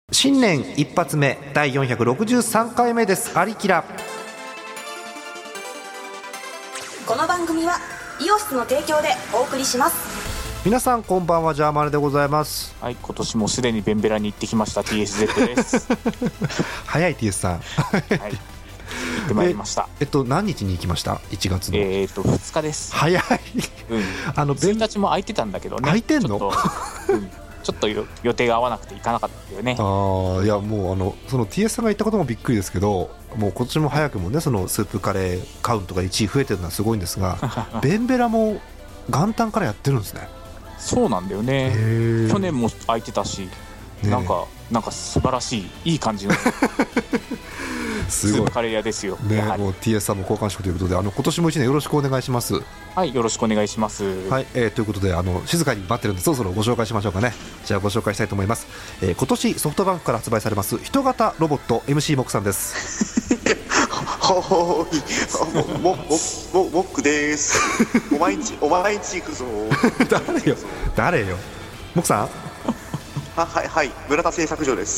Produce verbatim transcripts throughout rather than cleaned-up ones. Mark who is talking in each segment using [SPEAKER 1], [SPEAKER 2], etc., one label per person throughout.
[SPEAKER 1] 新年一発目だいよんひゃくろくじゅうさんかいめです。アリキラ。
[SPEAKER 2] この番組はイオシスの提供でお送りします。
[SPEAKER 1] 皆さんこんばんは、ジャーマネでございます。
[SPEAKER 3] はい、今年もすでにベンベラに行ってきました ティーエスゼット です
[SPEAKER 1] 早い ティーエス さんはい、
[SPEAKER 3] 行ってまいりました。
[SPEAKER 1] ええっと何日に行きました？いちがつの
[SPEAKER 3] えー、っとふつかです。
[SPEAKER 1] 早い
[SPEAKER 3] うん、
[SPEAKER 1] あの
[SPEAKER 3] ついたちも空いてたんだけどね。
[SPEAKER 1] 空いてんの？
[SPEAKER 3] ちょっと、うん、ちょっと予定が合わなくて行かなかったんだよね。
[SPEAKER 1] ああ、いやもうあのその ティーエス さんが言ったこともびっくりですけど、もう今年も早くもね、そのスープカレーカウントがいちい増えてるのはすごいんですがベンベラも元旦からやってるんですね。
[SPEAKER 3] そうなんだよね。去年も空いてたし、ね、なんかなんか素晴らしいいい感じのスープカレー屋ですよ。
[SPEAKER 1] ね、もう ティーエス さんも交換職ということで、あの今年もいちねんよろしくお願いします。
[SPEAKER 3] はい、よろしくお願いします。
[SPEAKER 1] はい、えー、ということで、あの静かに待ってるんでそろそろご紹介しましょうかね。じゃあご紹介したいと思います。えー、今年ソフトバンクから発売されます人型ロボット エムシー モクさんです
[SPEAKER 4] はーい、ももももモックです。お前んちお前んち行くぞ
[SPEAKER 1] 誰よ誰よモクさん
[SPEAKER 4] ははいはい、村田製作所です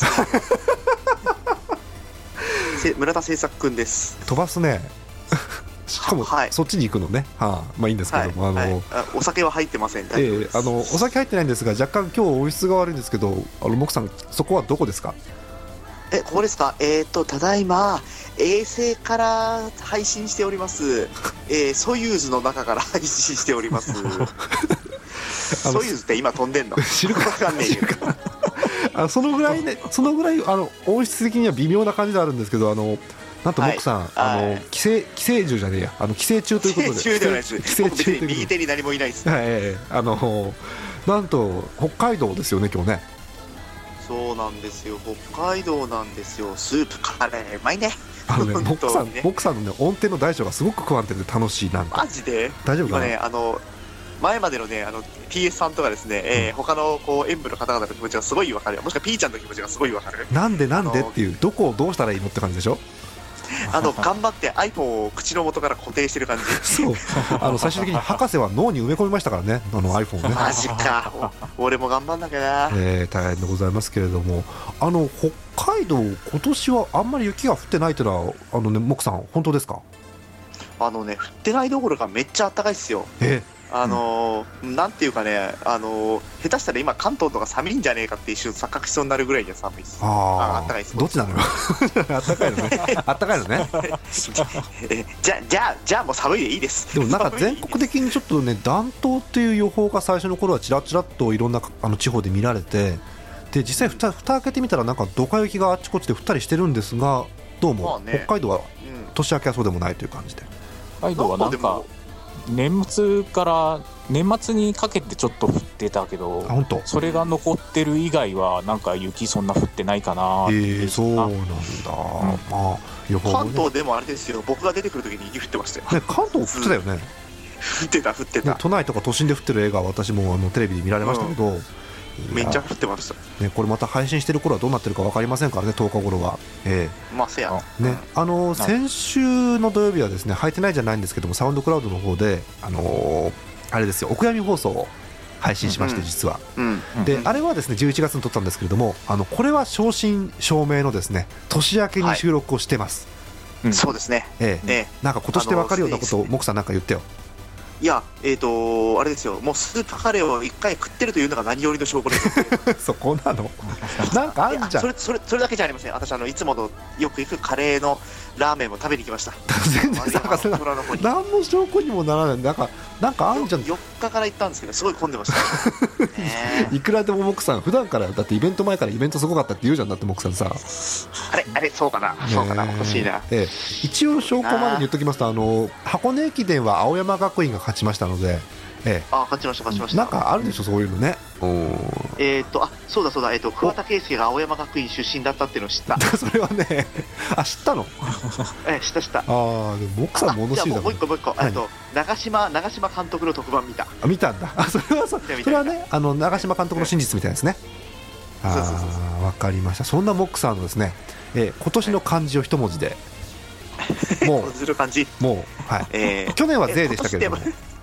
[SPEAKER 4] 村田製作くんです。
[SPEAKER 1] 飛ばすねしかも、はい、そっちに行くのね、はあ、まあいいんですけども、はい、あの、はい、
[SPEAKER 4] お酒は入ってません。
[SPEAKER 1] えー、あのお酒入ってないんですが、若干今日音質が悪いんですけど、あのモクさんそこはどこですか？
[SPEAKER 4] え、ここですか？えーとただいま衛星から配信しております、えー、ソユーズの中から配信しておりますソユーズって今飛んでんの？
[SPEAKER 1] 知るか
[SPEAKER 4] 分かんねえけど
[SPEAKER 1] あのそのぐらいね、そのぐらいあの音質的には微妙な感じであるんですけど、あのなんとモクさん、はい、あの寄生寄生獣じゃねえや、あの寄生虫ということで、
[SPEAKER 4] 寄生虫ではないです。
[SPEAKER 1] 寄生虫ということで、
[SPEAKER 4] 右手に何もいないです、
[SPEAKER 1] はい、あのなんと北海道ですよね今日ね。
[SPEAKER 4] そうなんですよ、北海道なんですよ。スープカレーうまいね。
[SPEAKER 1] あのね、モクさん、モクさんのね音程の大小がすごく不安定で楽しい。なんか
[SPEAKER 4] マジで
[SPEAKER 1] 大丈夫かな？
[SPEAKER 4] 今ね、あの前までのね、あの ティーエス さんとかですね、うん、えー、他のこう演舞の方々の気持ちがすごい分かる。もしくは P ちゃんの気持ちがすごい分かる。
[SPEAKER 1] なんでなんでっていう、どこをどうしたらいいのって感じでしょ。
[SPEAKER 4] あの頑張って iPhone を口の元から固定してる感じ
[SPEAKER 1] そう、あの最終的に博士は脳に埋め込みましたからね、あの iPhone ね。
[SPEAKER 4] マジか俺も頑張んなきゃな、
[SPEAKER 1] えー、大変でございますけれども、あの北海道今年はあんまり雪が降ってないというのは、あのね、モクさん本当ですか？
[SPEAKER 4] あのね、降ってないどころかめっちゃ暖かいですよ。
[SPEAKER 1] え
[SPEAKER 4] あのーうん、なんていうかね、あのー、下手したら今関東とか寒いんじゃねえかって一瞬錯覚しそうになるぐらいには寒いです。
[SPEAKER 1] あ
[SPEAKER 4] あ、暖かいです。
[SPEAKER 1] どっちなのよあったかいのねあったかいのね
[SPEAKER 4] じゃじゃあじゃあもう寒いでいいです。
[SPEAKER 1] でもなんか全国的にちょっとね、暖冬っていう予報が最初の頃はちらちらっといろんなあの地方で見られて、で実際ふた蓋開けてみたらなんかドカ雪があっちこっちで降ったりしてるんですが、どうも、まあね、北海道は、うん、年明けはそうでもないという感じで。
[SPEAKER 3] 北海道はなんか年末から年末にかけてちょっと降ってたけど、
[SPEAKER 1] 本当
[SPEAKER 3] それが残ってる以外はなんか雪そんな降ってないかな。
[SPEAKER 1] えー、そうなんだ、うん、まあ、予報もね、
[SPEAKER 4] 関東でもあれですよ、僕が出てくるときに雪降ってましたよ、
[SPEAKER 1] ね、関東降ってたよね、
[SPEAKER 4] 降ってた降ってた、
[SPEAKER 1] ね、都内とか都心で降ってる映画は私もあのテレビで見られましたけど、うん、
[SPEAKER 4] めっちゃ降ってました、
[SPEAKER 1] ね、これまた配信してる頃はどうなってるか分かりませんからね、とおか頃は、え
[SPEAKER 4] ー、まあせや
[SPEAKER 1] ね、あの先週の土曜日はですね、入ってないじゃないんですけども、サウンドクラウドの方で、あのー、あれですよ、お悔やみ放送を配信しまして、実は、うんうん、であれはですねじゅういちがつに撮ったんですけれども、あのこれは正真正銘のですね年明けに収録をしてます、
[SPEAKER 4] はい、うん、そうですね、
[SPEAKER 1] ええええ、なんか今年で分かるようなことをモクさんなんか言ってよ。
[SPEAKER 4] いや、えーとあれですよ、もうスープカレーをいっかい食ってるというのが何よりの証拠です
[SPEAKER 1] そこなのなんかあんじゃん。
[SPEAKER 4] それ、それ、それだけじゃありません。私あのいつものよく行くカレーのラーメンも食べに行きました
[SPEAKER 1] 全然探せない、何の証拠にもならない。なんか、なんかあんじゃん。
[SPEAKER 4] よっかから行ったんですけどすごい混んでましたね
[SPEAKER 1] いくらでもモクさん普段からだってイベント前からイベントすごかったって言うじゃん。だってモクさんさ、
[SPEAKER 4] あれあれそうかな、そうかな、欲しいな、
[SPEAKER 1] ええ、一応証拠までに言っときますと、あの箱根駅伝は青山学院が勝ちましたので、ええ、
[SPEAKER 4] あ、勝ちました勝ちました。
[SPEAKER 1] なんかあるでしょ、そういうのね。
[SPEAKER 4] えーとあそうだそうだ、えーと桑田佳祐が青山学院出身だったっていうのを知った
[SPEAKER 1] それはねあ、知ったの
[SPEAKER 4] え知った知った。ああ、
[SPEAKER 1] でも奥さん物知りだ。
[SPEAKER 4] もう一個もう一個、えっと長嶋長嶋監督の特番見た。
[SPEAKER 1] あ、見たんだ。あ、それはそそれはね、あの長嶋監督の真実みたいですね。ああ、わかりました。そんなモックさんのですね、えー、今年の漢字を一文字でもう
[SPEAKER 4] ずる漢字
[SPEAKER 1] もう、はい、えー、去年は税でしたけれども、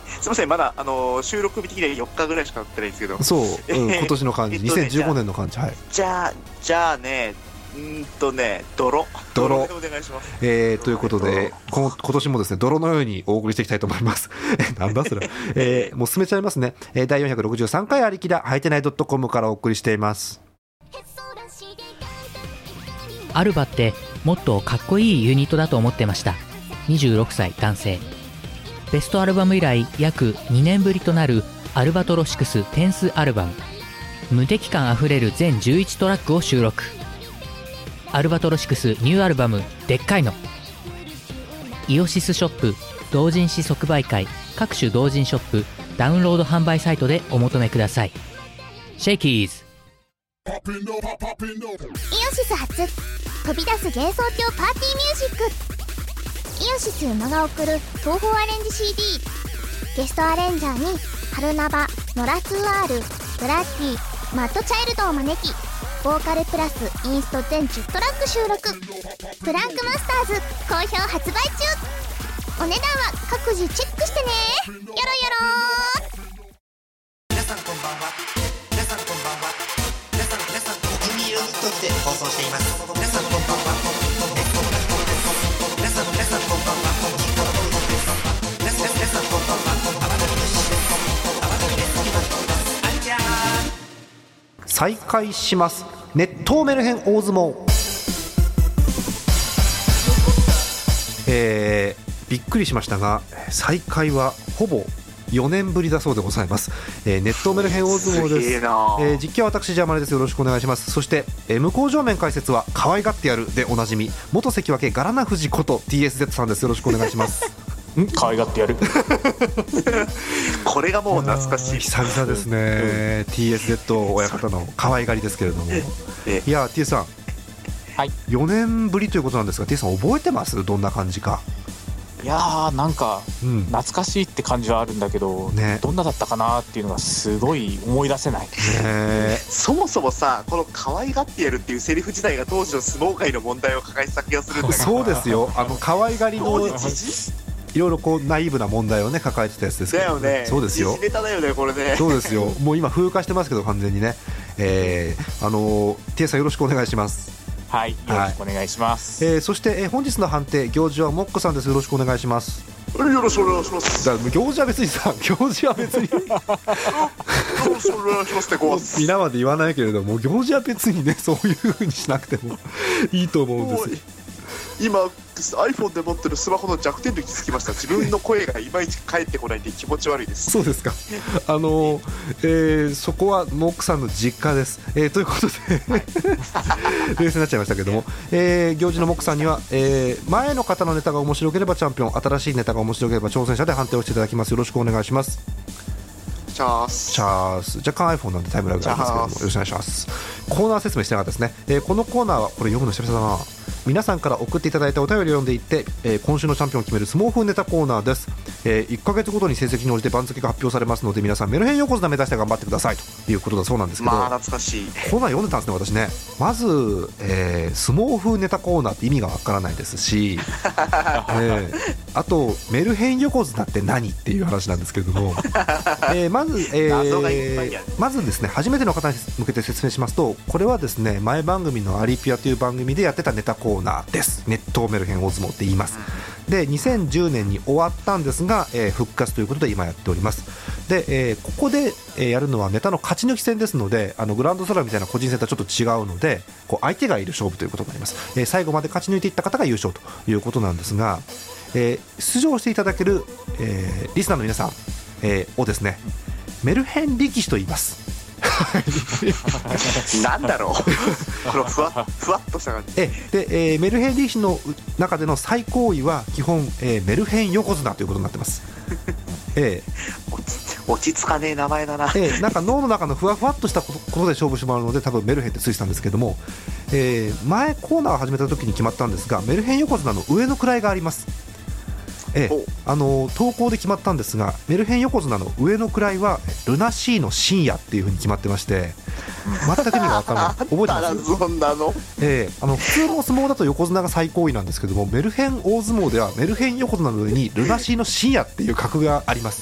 [SPEAKER 4] すみません、まだあの収録日的にはよっかぐらいしか経ってないんですけど、
[SPEAKER 1] そう、うん、今年の漢字、えー、にせんじゅうごねんの漢字、はい。
[SPEAKER 4] じゃあじゃあね、うんとね、泥
[SPEAKER 1] 泥
[SPEAKER 4] でお願いします。
[SPEAKER 1] えー、ということで、こ今年もですね、泥のようにお送りしていきたいと思います。なんだそれ、えー、もう進めちゃいますね。だいよんひゃくろくじゅうさんかいありきらはいてない .com からお送りしています。
[SPEAKER 5] アルバってもっとかっこいいユニットだと思ってました。にじゅうろくさい男性。ベストアルバム以来約にねんぶりとなるアルバトロシクステンスアルバム。無敵感あふれる全じゅういちトラックを収録。アルバトロシクスニューアルバムでっかいの。イオシスショップ、同人誌即売会、各種同人ショップ、ダウンロード販売サイトでお求めください。シェイキーズ。
[SPEAKER 6] イオシス初飛び出す幻想郷パーティーミュージック。イオシス馬が送る東宝アレンジ シーディー。 ゲストアレンジャーに春ナバ、ノラ ツーアール、ブラッディ、マッドチャイルドを招き、ボーカルプラスインスト全じゅうトラック収録。プランクマスターズ好評発売中。お値段は各自チェックしてね。よろよろー。
[SPEAKER 7] 皆さんこんばんは。皆さんこんばんは。皆さん皆さん国民ユニットで放送しています。皆さんこんばんは。皆さん皆さんこんばんは。皆さん皆さんこんばんは。アバタリです。アバタリです。あんちゃー。
[SPEAKER 1] 再開します。熱湯メルヘン大相撲。えー、びっくりしましたが再開はほぼよねんぶりだそうでございます。えー、熱湯メルヘン大相撲です。えー、実況は私ジャマネです。よろしくお願いします。そして、えー、向こう正面解説は可愛がってやるでおなじみ元関脇ガラナ富士こと ティーエスゼット さんです。よろしくお願いします。
[SPEAKER 3] ん可愛がってやる
[SPEAKER 4] これがもう懐かしい。
[SPEAKER 1] 久々ですね、うん、ティーエスゼット 親方の可愛がりですけれども、いや T さん、
[SPEAKER 3] はい、
[SPEAKER 1] よねんぶりということなんですが T さん覚えてます？どんな感じか。
[SPEAKER 3] いやーなんか懐かしいって感じはあるんだけど、ね、どんなだったかなっていうのがすごい思い出せない、
[SPEAKER 4] ね、そもそもさこの可愛がってやるっていうセリフ自体が当時の相撲界の問題を抱えてた気がするんだけど。そうですよ、あの可愛がりのいろいろこうナイーブな問題をね抱えてたやつですけど、ね、だよね。そうですよ。 時事ネタだよねこれね。
[SPEAKER 1] そうですよ。もう今風化してますけど完全にね。えー、あのー、T さんよろしくお願いします。
[SPEAKER 3] はい、よろしくお願いします。
[SPEAKER 1] はい、えー、そして、えー、本日の判定行司はモッコさんです。よろしくお願いします。
[SPEAKER 4] よろしくお願いします。
[SPEAKER 1] だ行司は別にさ行司は別によ
[SPEAKER 4] ろしくお願いしますってこう
[SPEAKER 1] 皆まで言わないけれども行司は別にねそういう風にしなくてもいいと思うんです。
[SPEAKER 4] 今 iPhone で持ってるスマホの弱点に気づきました。自分の声がいまいち返ってこないんで気持ち悪いです。
[SPEAKER 1] そうですか。あの、えー、そこはモックさんの実家です、えー、ということで、はい、冷静になっちゃいましたけども、えー、行司のモックさんには、えー、前の方のネタが面白ければチャンピオン、新しいネタが面白ければ挑戦者で判定をしていただきます。よろしくお願いします。
[SPEAKER 4] チャース
[SPEAKER 1] チャース若干 iPhone なんでタイムラグがありますけどもよろしくお願いします。コーナー説明してなかったですね、えー、このコーナーはこれ読むの久々だな。皆さんから送っていただいたお便りを読んでいって、えー、今週のチャンピオンを決める相撲風ネタコーナーです。えー、いっかげつごとに成績に応じて番付が発表されますので皆さんメルヘン横綱目指して頑張ってくださいということだそうなんですけど、
[SPEAKER 4] まあ懐かしい
[SPEAKER 1] コーナー読んでたんですね私ね。まず、えー、相撲風ネタコーナーって意味がわからないですし、えー、あとメルヘン横綱って何っていう話なんですけれども、えー、まず、えー、まずですね初めての方に向けて説明しますと、これはですね前番組のアリピアという番組でやってたネタコーナーです。熱湯メルヘン大相撲って言います。でにせんじゅうねんに終わったんですが、えー、復活ということで今やっております。で、えー、ここで、えー、やるのはネタの勝ち抜き戦ですので、あのグランドスラムみたいな個人戦とはちょっと違うのでこう相手がいる勝負ということになります。えー、最後まで勝ち抜いていった方が優勝ということなんですが、えー、出場していただける、えー、リスナーの皆さん、えー、をですねメルヘン力士と言います。
[SPEAKER 4] なんだろうこのふわふわっとした感じ
[SPEAKER 1] えで、えー、メルヘン力士の中での最高位は基本、えー、メルヘン横綱ということになってます。え
[SPEAKER 4] ー、落ち着かねえ名前だな、
[SPEAKER 1] えー、なんか脳の中のふわふわっとしたことで勝負してもらうので多分メルヘンってついてたんですけども、えー、前コーナーを始めた時に決まったんですがメルヘン横綱の上の位があります。ええ、あの投稿で決まったんですがメルヘン横綱の上の位はルナシーの深夜っていう風に決まってまして全く意味が分からない覚えてます
[SPEAKER 4] そんなの、
[SPEAKER 1] ええ、あの普通の相撲だと横綱が最高位なんですけどもメルヘン大相撲ではメルヘン横綱の上にルナシーの深夜っていう格があります。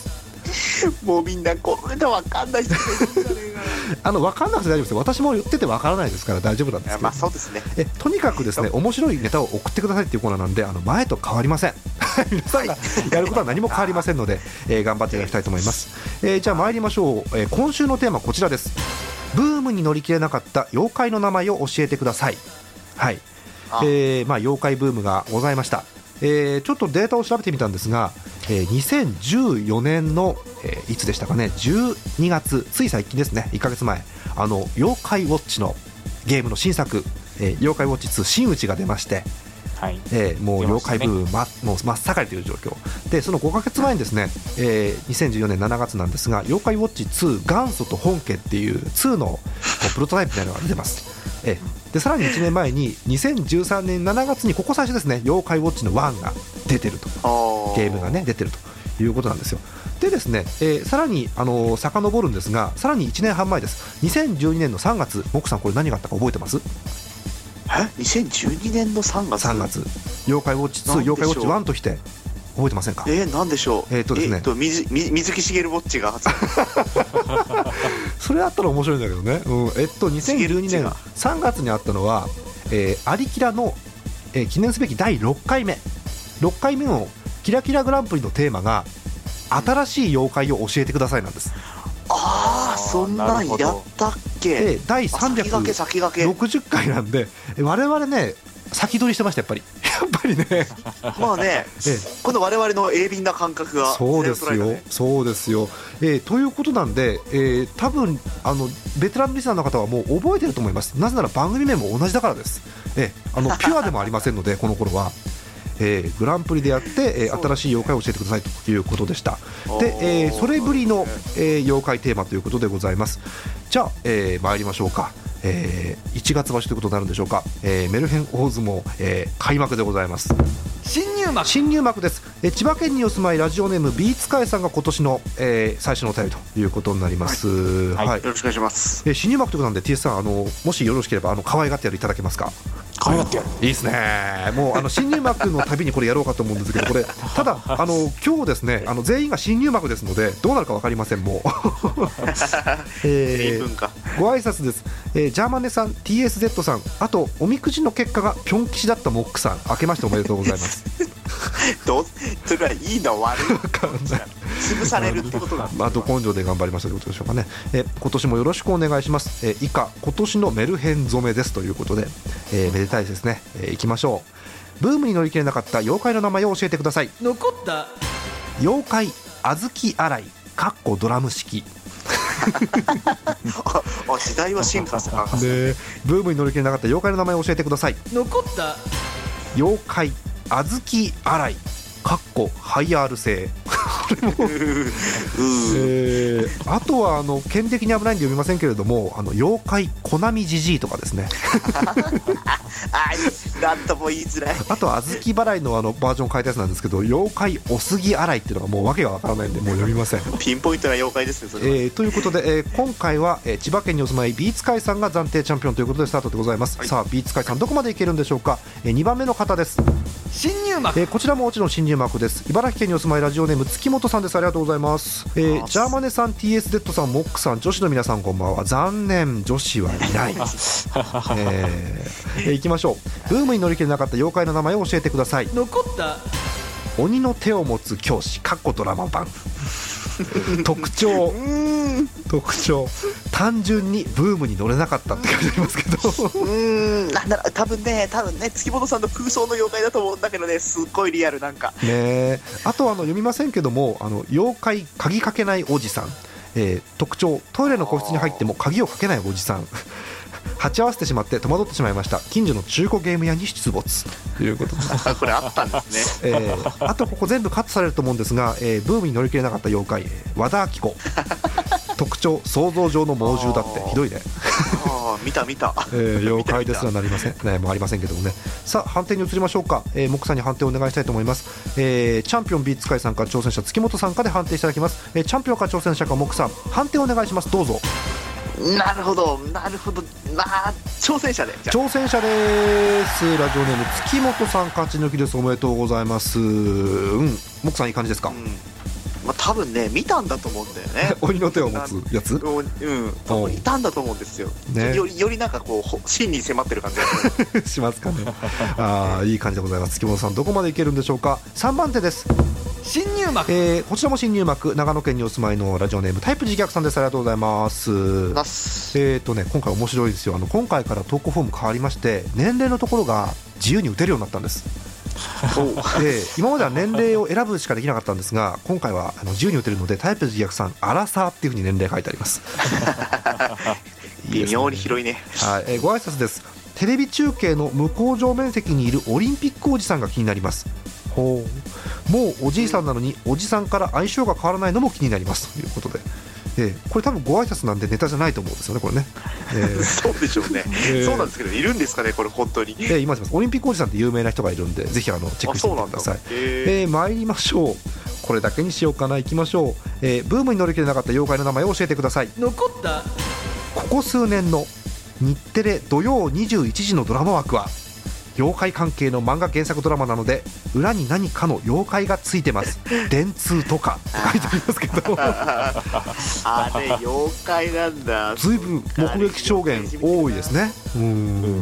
[SPEAKER 4] もうみんなこのネタ分かんない人がいるんじゃねえかな。
[SPEAKER 1] あの分かんなくて大丈夫ですよ。私も言ってて分からないですから大丈夫なんですけど、
[SPEAKER 4] まあそうですね。
[SPEAKER 1] えとにかくですね面白いネタを送ってくださいっていうコーナーなんで、あの前と変わりません皆さんがやることは何も変わりませんので、えー頑張っていただきたいと思います。えーじゃあ参りましょう。えー今週のテーマはこちらです。ブームに乗り切れなかった妖怪の名前を教えてください。はい、えーまあ、妖怪ブームがございました。えーちょっとデータを調べてみたんですが、えーにせんじゅうよねんの、えーいつでしたかね、じゅうにがつ、つい最近ですね、いっかげつまえ、あの妖怪ウォッチのゲームの新作、えー、妖怪ウォッチツー真打ちが出まして、はい、えー、もう妖怪ブーム、ね、ま、もう真っ盛りという状況で、そのごかげつまえにですね、えー、にせんじゅうよねんしちがつなんですが、妖怪ウォッチツー元祖と本家っていうツーのこうプロトタイプみたいなのが出てます。えー、でさらにいちねんまえににせんじゅうさんねんしちがつにここ最初ですね、妖怪ウォッチのワンが出てると、ゲームがね出てるということなんですよ。でですね、えー、さらに、あのー、遡るんですが、さらにいちねんはんまえです。にせんじゅうにねんのさんがつ、モクさんこれ何があったか覚えてます？
[SPEAKER 4] えにせんじゅうにねんのさんがつ、
[SPEAKER 1] さんがつ妖怪ウォッチツー、妖怪ウォッチワンとして覚えてませんか？
[SPEAKER 4] えー、なんでしょう。
[SPEAKER 1] えーとですね、
[SPEAKER 4] えーと水水木しげるウォッチが発売
[SPEAKER 1] それあったら面白いんだけどね、うん、えっとにせんじゅうにねんさんがつにあったのは、えー、アリキラの、えー、記念すべきだいろっかいめろっかいめのキラキラグランプリのテーマが新しい妖怪を教えてくださいなんです。
[SPEAKER 4] ああ、そんなんやったっけ。
[SPEAKER 1] でだいさんびゃくろくじゅっかいなんで、我々ね先取りしてました。やっぱりやっぱりね
[SPEAKER 4] まあね、ええ、この我々の鋭敏な感覚が、
[SPEAKER 1] そうですよ、ね、そうですよ、えー、ということなんで、えー、多分あのベテランリスナーの方はもう覚えてると思います。なぜなら番組名も同じだからです。えー、あのピュアでもありませんのでこの頃はえー、グランプリでやって、えー、新しい妖怪を教えてくださいということでした。で、えー、それぶりの、えー、妖怪テーマということでございます。じゃあ、えー、参りましょうか。えー、いちがつ場所ということになるんでしょうか。えー、メルヘン大相撲、えー、開幕でございます。
[SPEAKER 7] 新入幕
[SPEAKER 1] 新入幕です。えー、千葉県にお住まいラジオネームビーツカイさんが今年の、えー、最初のお便りということになります。
[SPEAKER 4] はい、はい、よろしくお願いします。
[SPEAKER 1] えー、新入幕ということなんで ティーエス さん、あのもしよろしければあの可愛がってやるいただけますか？
[SPEAKER 3] 可愛がってやる。
[SPEAKER 1] いいですね。もうあの新入幕のたびにこれやろうかと思うんですけど、これただあの今日ですね、あの全員が新入幕ですのでどうなるか分かりません。もう、えー、ご挨拶です。えー、ジャーマネさん、 ティーエスゼット さん、あとおみくじの結果がピョン吉だったモックさん、明けましておめでとうございます
[SPEAKER 4] どうそれはいいの悪いの潰されるってことなんですか？
[SPEAKER 1] まあ、ど根性で頑張りましたということでしょうかね。え今年もよろしくお願いします。え以下今年のメルヘン染めですということで、えー、めでたいですね。えー、いきましょう。ブームに乗り切れなかった妖怪の名前を教えてください。
[SPEAKER 7] 残った
[SPEAKER 1] 妖怪小豆洗いかっこドラム式
[SPEAKER 4] ああ、時代は進化した、
[SPEAKER 1] ね、ブームに乗り切れなかった妖怪の名前を教えてください。
[SPEAKER 7] 残った
[SPEAKER 1] 妖怪小豆洗いかっこハイアール製えー、あとはあの権利的に危ないんで読みませんけれども、あの妖怪コナミジジイとかですね
[SPEAKER 4] あ、なんとも言いづらい。
[SPEAKER 1] あとは小豆払い の, あのバージョン変えたやつなんですけど、妖怪お杉洗いっていうのがもうわけがわからないんでもう読みません
[SPEAKER 4] ピンポイントな妖怪ですねそれは。
[SPEAKER 1] えー、ということで、えー、今回は、えー、千葉県にお住まいビーツカイさんが暫定チャンピオンということでスタートでございます。はい、さあビーツカイさんどこまでいけるんでしょうか。えー、にばんめの方です。
[SPEAKER 7] 新入幕、
[SPEAKER 1] えー、こちらももちろん新入幕です。茨城県にお住まいラジオネーム月本さんです。ありがとうございます。えー、ジャーマネさん、 ティーエスゼット さん、モックさん、女子の皆さんこんばんは。残念、女子はいない、えーえー、いきましょう。ブームに乗り切れなかった妖怪の名前を教えてください。
[SPEAKER 7] 残った
[SPEAKER 1] 鬼の手を持つ教師かっこドラマ版特徴特徴単純にブームに乗れなかったって書いてありますけどう
[SPEAKER 4] ーん、なんだろう、多分ね多分ね月本さんの空想の妖怪だと思うんだけどね、すっごいリアルなんか
[SPEAKER 1] ね。あとはあの読みませんけども、あの妖怪鍵かけないおじさん、えー、特徴トイレの個室に入っても鍵をかけないおじさん鉢合わせてしまって戸惑ってしまいました。近所の中古ゲーム屋に出没ということで
[SPEAKER 4] これあったんですね、
[SPEAKER 1] えー、あとここ全部カットされると思うんですが、えー、ブームに乗り切れなかった妖怪和田アキ子特徴想像上の猛獣だってひどいね
[SPEAKER 4] あ見た見た、
[SPEAKER 1] えー、妖怪ですらなりませんね、もうありませんけどもね。さあ判定に移りましょうか。えー、モックさんに判定をお願いしたいと思います。えー、チャンピオンビーツカイさんか挑戦者月本さんかで判定していただきます。えー、チャンピオンか挑戦者かモックさん判定をお願いします。どうぞ。
[SPEAKER 4] なるほどなるほど、まあ挑戦者で
[SPEAKER 1] 挑戦者です。ラジオネーム月本さん勝ち抜きです。おめでとうございます。うん、モックさんいい感じですか。うん、
[SPEAKER 4] まあ、多分ね見たんだと思うんだよね
[SPEAKER 1] 鬼の手を持つやつ、
[SPEAKER 4] うん、多分いたんだと思うんですよ、ね、よりよりなんかこう真に迫ってる感じが
[SPEAKER 1] しますかね。ああいい感じでございます。月本さんどこまでいけるんでしょうか。さんばん手です。
[SPEAKER 5] 新入幕、
[SPEAKER 1] えー、こちらも新入幕、長野県にお住まいのラジオネームタイプ自虐さんです。ありがとうございます。えーとね今回面白いですよ。あの今回から投稿フォーム変わりまして、年齢のところが自由に打てるようになったんです。で今までは年齢を選ぶしかできなかったんですが、今回はあの自由に打てるので、タイプ自虐さんアラサーっていうふうに年齢書いてあります。
[SPEAKER 4] 微妙に広いね。
[SPEAKER 1] はい、えー、ご挨拶です。テレビ中継の向こう上面席にいるオリンピックおじさんが気になります。ほう、もうおじいさんなのにおじさんから相性が変わらないのも気になりますということで、えー、これ多分ご挨拶なんでネタじゃないと思うんですよねこれね。えー、
[SPEAKER 4] そうでしょうね、えー、そうなんですけどいるんですかねこれ本当に。
[SPEAKER 1] えー、今オリンピックおじさんって有名な人がいるんで、ぜひあのチェックしてみてください。えー、えー、参りましょう。これだけにしようかな。いきましょう。えー、ブームに乗り切れなかった妖怪の名前を教えてください。
[SPEAKER 5] 残った
[SPEAKER 1] ここ数年の日テレ土曜にじゅういちじのドラマ枠は妖怪関係の漫画原作ドラマなので、裏に何かの妖怪がついてます。電通とかって書いてありますけど
[SPEAKER 4] あれ妖怪なんだ。
[SPEAKER 1] ずいぶん目撃証言多いですね。うん、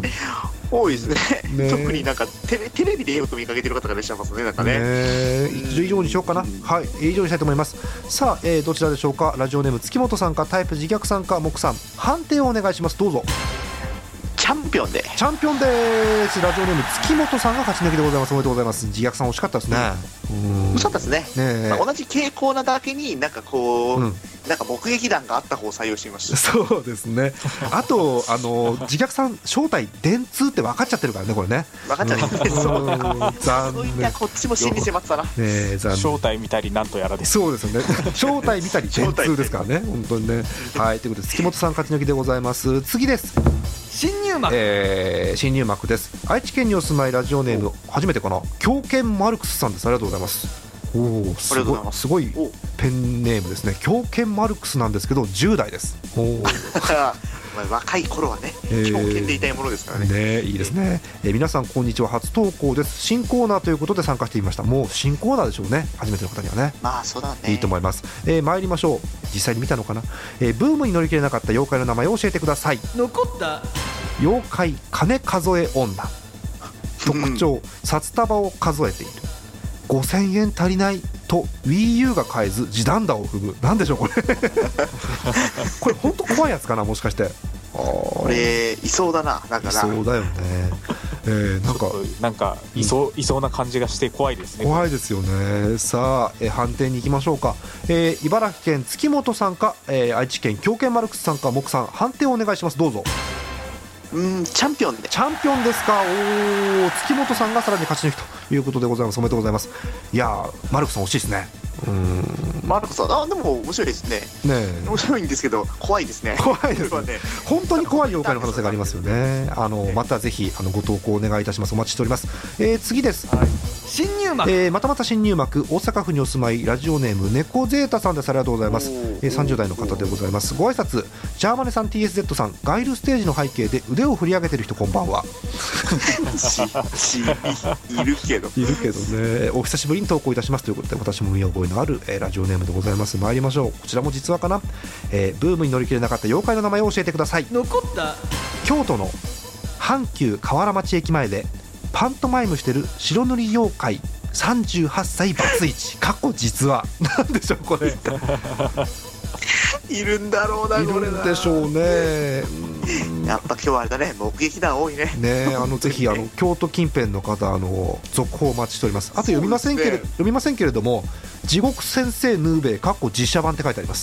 [SPEAKER 4] 多いです ね, ね特になんかテ レ, テレビでよく見かけてる方がいらっしゃいますね。なんかね、
[SPEAKER 1] ね以上にしようかな。はい、以上にしたいと思います。さあ、えー、どちらでしょうか。ラジオネーム月本さんかタイプ自虐さんか木さん、判定をお願いします。どうぞ。
[SPEAKER 4] チャンピオンで
[SPEAKER 1] チャンピオンです。ラジオネーム月本さんが勝ち抜きでございます。おめでとうございます。自虐さん惜しかったですね。
[SPEAKER 4] 惜しかったですね。ね、まあ、同じ傾向なだけになんかこう、うん、なんか目撃談があった方を採用してみました。
[SPEAKER 1] そうですね。あとあの自虐さん正体電通って分かっちゃってるからねこれね。
[SPEAKER 4] 分かっちゃってる。そう残念。いやこっちも心に迫ってたな。
[SPEAKER 3] ね、正体見たりなんとやらです。
[SPEAKER 1] そうですよね。正体見たり電通ですからね本当にね。はい、ということで月本さん勝ち抜きでございます。次です。
[SPEAKER 5] 新入幕、
[SPEAKER 1] えー、新入幕です。愛知県にお住まいラジオネーム初めてかな、狂犬マルクスさんです。ありがとうございます。おすごいすごいペンネームですね。狂犬マルクスなんですけどじゅう代です。お
[SPEAKER 4] 若い頃はね狂犬でいたいものですからね。
[SPEAKER 1] ね、いいですね。えー、皆さんこんにちは、初投稿です。新コーナーということで参加してみました。もう新コーナーでしょうね、初めての方にはね。
[SPEAKER 4] まあそうだね、
[SPEAKER 1] いいと思います。えー、参りましょう。実際に見たのかな。えー、ブームに乗り切れなかった妖怪の名前を教えてください。
[SPEAKER 5] 残った
[SPEAKER 1] 妖怪金数え女。特徴、うん、札束を数えている。ごせんえん足りないと WiiU が買えず地団打を踏む。なんでしょうこれこれ本当怖いやつかな、もしかして。
[SPEAKER 4] これいそうだな。だからい
[SPEAKER 1] そうだよね。えー、なんか
[SPEAKER 3] なんかいそう、うん、いそうな感じがして怖いですね。
[SPEAKER 1] 怖いですよね。さあ、えー、判定に行きましょうか。えー、茨城県月本さんか、えー、愛知県狂犬マルクスさんか木さん、判定をお願いします。どうぞ。
[SPEAKER 4] うんチャンピオンで
[SPEAKER 1] チャンピオンですか。おー、月本さんがさらに勝ち抜きということでございます。おめでとうございます。いやーマルクさん惜しいですね。うーん
[SPEAKER 4] マルクさん、あでも面白いですね。ね面白いんですけど怖いですね。
[SPEAKER 1] 怖いですね。本当に怖い妖怪の可能性がありますよね。あのまたぜひあのご投稿お願いいたします。お待ちしております。えー、次です。はい、
[SPEAKER 5] 新入幕、
[SPEAKER 1] えー、またまた新入幕、大阪府にお住まいラジオネーム猫ゼータさんです。ありがとうございます。えー、さんじゅう代の方でございます。ご挨拶、ジャーマネさん ティーエスゼット さん、ガイルステージの背景で腕を振り上げてる人こんばんは。
[SPEAKER 4] いるけど
[SPEAKER 1] いるけどね。お久しぶりに投稿いたしますということで、私も見覚えのある、えー、ラジオネームでございます。参りましょう。こちらも実話かな。えー、ブームに乗り切れなかった妖怪の名前を教えてください。
[SPEAKER 5] 残った
[SPEAKER 1] 京都の阪急河原町駅前でパントマイムしてる白塗り妖怪さんじゅうはっさいバツイチ過去実話。なんでしょうこれ
[SPEAKER 4] いるんだろうな。
[SPEAKER 1] いるんでしょうね。
[SPEAKER 4] やっぱ今日はあれだね、目撃談多いね。
[SPEAKER 1] ね、あのぜひあの京都近辺の方、あの続報お待ちしております。あと読みませんけれ、ね、読みませんけれども、地獄先生ヌーベイかっこ実写版って書いてあります。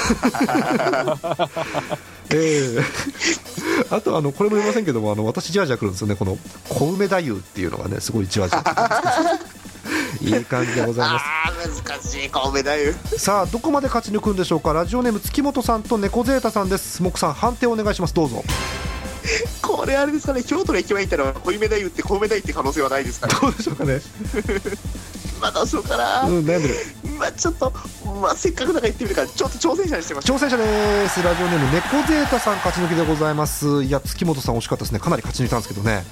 [SPEAKER 1] えー、あとあのこれも読みませんけども、あの私じわじわくるんですよね。この小梅太夫っていうのがねすごいじわじわいい感じでございます。
[SPEAKER 4] あー難しい小梅太夫。
[SPEAKER 1] さあどこまで勝ち抜くんでしょうか。ラジオネーム月本さんと猫ゼータさんです。木さん判定お願いします。どうぞ。
[SPEAKER 4] これあれですかね、京都の駅前行ったら小梅太夫って小梅太夫って可能性はないですかね。
[SPEAKER 1] どうでしょうかね。
[SPEAKER 4] まあどうしようかな、
[SPEAKER 1] うん、悩んでる。
[SPEAKER 4] まあちょっと、まあ、せっかくなんか言ってみるからちょっと挑戦者にしてます。
[SPEAKER 1] 挑戦者です。ラジオネーム猫ゼータさん勝ち抜きでございます。いや月本さん惜しかったですね。かなり勝ち抜いたんですけどね。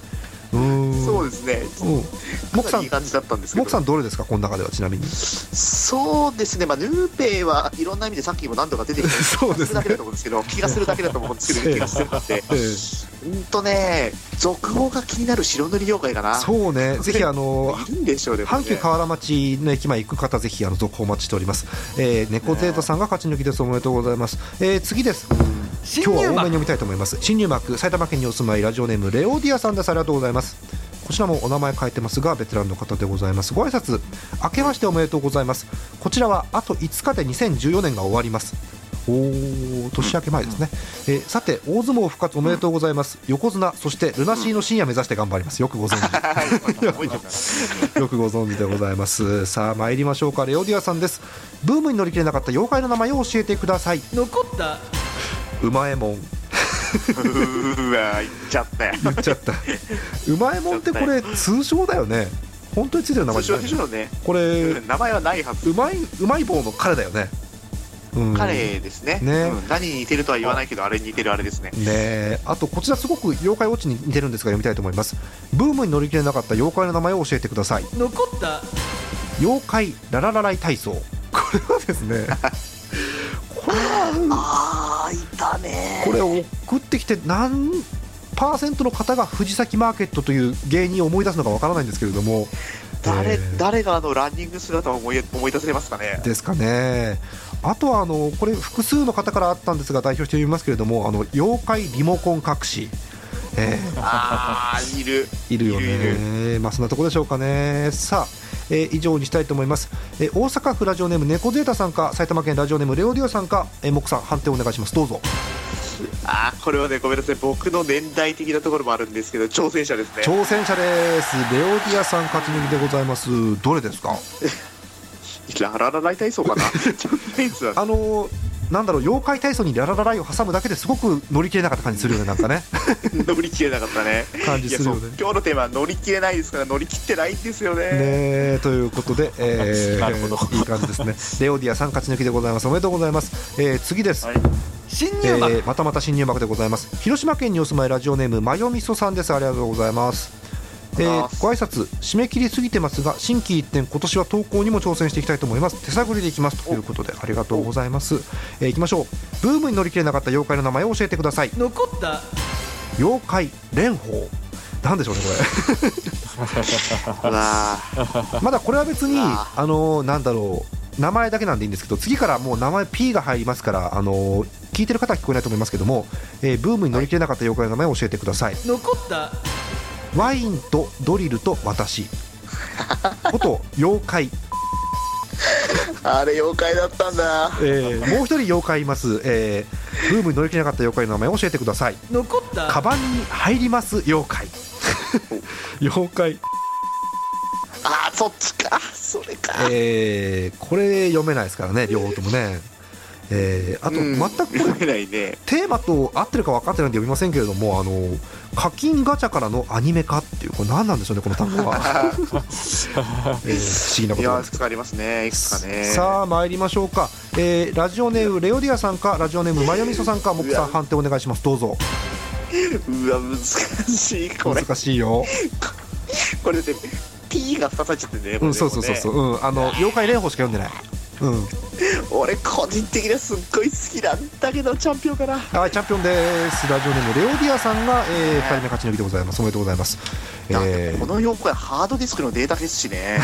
[SPEAKER 4] そうですね。
[SPEAKER 1] モクさん、
[SPEAKER 4] いい感じだったんですけど。
[SPEAKER 1] モクさんどれですか、この中では。ちなみに
[SPEAKER 4] そうですね、まあ、ヌーペイはいろんな意味でさっきも何度か出てきた気がするだけだと思うんですけど、気がするだけだと思うんですけど、気がするので、うんとね、続報が気になる白塗り妖怪かな。
[SPEAKER 1] そうね、ぜひあの
[SPEAKER 4] いるんでしょうね、
[SPEAKER 1] 阪急河原町の駅前行く方、ぜひあの続報お待ちしております。えー、猫ゼータさんが勝ち抜きです。おめでとうございます。えー、次です。今日は多めに読みたいと思います。新入幕、埼玉県にお住まいラジオネームレオディアさんです。ありがとうございます。こちらもお名前変えてますがベテランの方でございます。ご挨拶明けましておめでとうございます。こちらはあといつかでにせんじゅうよねんが終わります。おー、年明け前ですね、うん、えー、さて大相撲復活おめでとうございます。横綱、そしてルナシーの深夜目指して頑張ります。よくご存知よくご存知でございます。さあ参りましょうか。レオディアさんです。ブームに乗り切れなかった妖怪の名前を教えてください。
[SPEAKER 5] 残った
[SPEAKER 1] うまえもん。
[SPEAKER 4] うわ、言っちゃったよ。
[SPEAKER 1] 言っちゃったうまえもんってこれ通称だよね。本当についてる名前じゃない。
[SPEAKER 4] 通称でしょうね。
[SPEAKER 1] これ、
[SPEAKER 4] うん、名前はないはず。
[SPEAKER 1] うまいうまい棒の彼だよね。うん、
[SPEAKER 4] 彼ですね。ね、うん、何に似てるとは言わないけど、あれに似てるあれですね。
[SPEAKER 1] ね、あとこちらすごく妖怪ウォッチに似てるんですが読みたいと思います。ブームに乗り切れなかった妖怪の名前を教えてください。
[SPEAKER 5] 残った
[SPEAKER 1] 妖怪ラララライ体操。これはですねこれは
[SPEAKER 4] あーいたね。
[SPEAKER 1] これを送ってきて何パーセントの方が藤崎マーケットという芸人を思い出すのかわからないんですけれども、
[SPEAKER 4] 誰、
[SPEAKER 1] えー、
[SPEAKER 4] 誰があのランニング姿を思い、思い出せますかね。
[SPEAKER 1] ですかね。あとはあのこれ複数の方からあったんですが代表して読みますけれども、あの妖怪リモコン隠し、えー、
[SPEAKER 4] あーいる
[SPEAKER 1] いるよね。いるいる、まあ、そんなところでしょうかね。さあ、えー、以上にしたいと思います。えー、大阪府ラジオネーム猫ゼータさんか埼玉県ラジオネームレオディオさんか、えー、モクさん判定お願いします。どうぞ。
[SPEAKER 4] あーこれはね、ごめんなさい、僕の年代的なところもあるんですけど、挑戦者ですね。
[SPEAKER 1] 挑戦者です。レオディアさん勝ち抜きでございます。どれですか。
[SPEAKER 4] ラララライ体操かな
[SPEAKER 1] あのー、なんだろう、妖怪体操にラララライを挟むだけですごく乗り切れなかった感じするよね。なんかね
[SPEAKER 4] 乗り切れなかったね。
[SPEAKER 1] 感じするよね。
[SPEAKER 4] 今日のテーマは乗り切れないですから、乗り切ってないんですよね。
[SPEAKER 1] ねということで、えー、
[SPEAKER 3] なるほど
[SPEAKER 1] いい感じですね。レオディアさん勝ち抜きでございます。おめでとうございます。えー、次です、はい、
[SPEAKER 5] 新入幕、
[SPEAKER 1] えー、またまた新入幕でございます。広島県にお住まいラジオネームマヨミソさんです。ありがとうございます。えー、ご挨拶締め切りすぎてますが心機一転今年は投稿にも挑戦していきたいと思います。手探りでいきますということでありがとうございます。えー、いきましょう。ブームに乗り切れなかった妖怪の名前を教えてください。
[SPEAKER 5] 残った
[SPEAKER 1] 妖怪蓮舫、なんでしょうねこれまだこれは別にあのー、なんだろう、名前だけなんでいいんですけど、次からもう名前 P が入りますから、あのー、聞いてる方は聞こえないと思いますけども、えー、ブームに乗り切れなかった妖怪の名前を教えてください。
[SPEAKER 5] 残った
[SPEAKER 1] ワインとドリルと私こと妖怪
[SPEAKER 4] あれ妖怪だったんだ、
[SPEAKER 1] えー、もう一人妖怪います、えー、ブームに乗り切れなかった妖怪の名前を教えてください。
[SPEAKER 5] 残った
[SPEAKER 1] カバンに入ります妖怪妖怪、
[SPEAKER 4] あーそっちか、それか、
[SPEAKER 1] えー、これ読めないですからね、両方ともね。えー、あと全くこれ、ね、テーマと合ってるか分かってないんで読みませんけれども、あの課金ガチャからのアニメ化っていう、これ何なんでしょうね、この単語は、えー、不思議なことなんです。
[SPEAKER 4] いくつかありますね、いくつかね。
[SPEAKER 1] さあ参りましょうか。えー、ラジオネームレオディアさんかラジオネームマヨミソさんか、モクさん判定お願いします。どうぞ。
[SPEAKER 4] うわ難しい、これ
[SPEAKER 1] 難しいよ
[SPEAKER 4] これで P がふたつ入っちゃってね、
[SPEAKER 1] うん、そうそうそうそう、うん、あの妖怪蓮舫しか読んでない。うん、
[SPEAKER 4] 俺個人的にはすっごい好きなんだけど、チャンピオンかな。
[SPEAKER 1] はい、チャンピオンです。ラジオネームレオディアさんが、えー、ふたりめ勝ち抜きでございます。おめでとうございます。
[SPEAKER 4] えー、この妖怪ハードディスクのデータですしね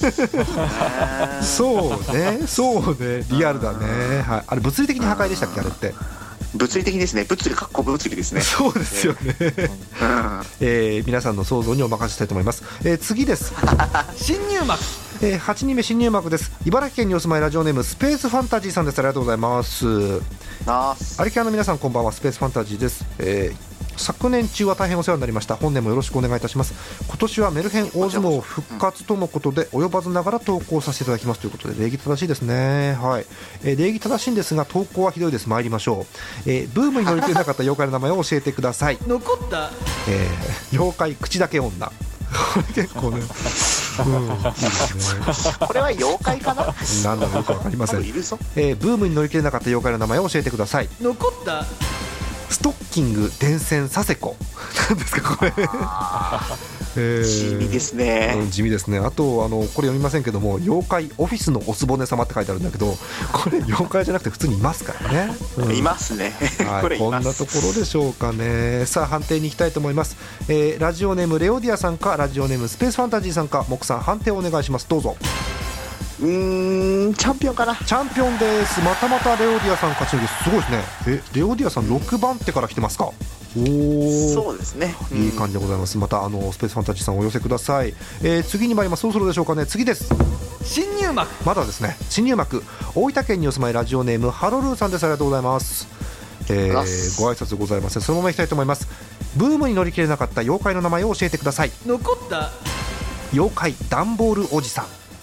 [SPEAKER 1] そうね、そうね、リアルだね、はい、あれ物理的に破壊でしたっけ、あれって。
[SPEAKER 4] 物理的ですね、物理かっこ物理ですね。
[SPEAKER 1] そうですよね、うんえー、皆さんの想像にお任せしたいと思います。えー、次です
[SPEAKER 5] 新入幕、
[SPEAKER 1] えー、はちにんめ新入幕です。茨城県にお住まいラジオネームスペースファンタジーさんです。ありがとうございます。アリキャンの皆さんこんばんは、スペースファンタジーです。えー昨年中は大変お世話になりました。本年もよろしくお願いいたします。今年はメルヘン大相撲復活とのことで及ばずながら投稿させていただきますということで、礼儀正しいですね。はい、えー、礼儀正しいんですが投稿はひどいです。参りましょう。えー、ブームに乗り切れなかった妖怪の名前を教えてください。
[SPEAKER 5] 残った、
[SPEAKER 1] えー、妖怪口だけ女これ結構ね、うん、いいですね。
[SPEAKER 4] これは妖怪かな
[SPEAKER 1] 何なのか分かりません。えー、ブームに乗り切れなかった妖怪の名前を教えてください。
[SPEAKER 5] 残った
[SPEAKER 1] ストッキング伝染佐世子なんですかこれえー、
[SPEAKER 4] 地味ですね、
[SPEAKER 1] うん、地味ですね。あとあのこれ読みませんけども、妖怪オフィスのおつぼね様って書いてあるんだけど、これ妖怪じゃなくて普通にいますからね、
[SPEAKER 4] うん、いますね
[SPEAKER 1] はい、
[SPEAKER 4] これいます。
[SPEAKER 1] こんなところでしょうかね。さあ判定に行きたいと思います、えー、ラジオネームレオディアさんかラジオネームスペースファンタジーさんか、木さん判定をお願いします。どうぞ。
[SPEAKER 4] うーんチャンピオンかな。
[SPEAKER 1] チャンピオンです。またまたレオディアさん勝ち抜き、すごいですね。えレオディアさんろくばん手から来てますか。おー、
[SPEAKER 4] そうですね、うん、
[SPEAKER 1] いい感じでございます。またあのスペースファンタジーさんお寄せください、えー、次に参ります。そろそろでしょうかね。次です。
[SPEAKER 5] 新入幕、
[SPEAKER 1] まだですね。新入幕、大分県にお住まいラジオネームハロルーさんです。ありがとうございます、えー、ご挨拶ございません。そのままいきたいと思います。ブームに乗り切れなかった妖怪の名前を教えてください。
[SPEAKER 5] 残った
[SPEAKER 1] 妖怪ダンボールおじさん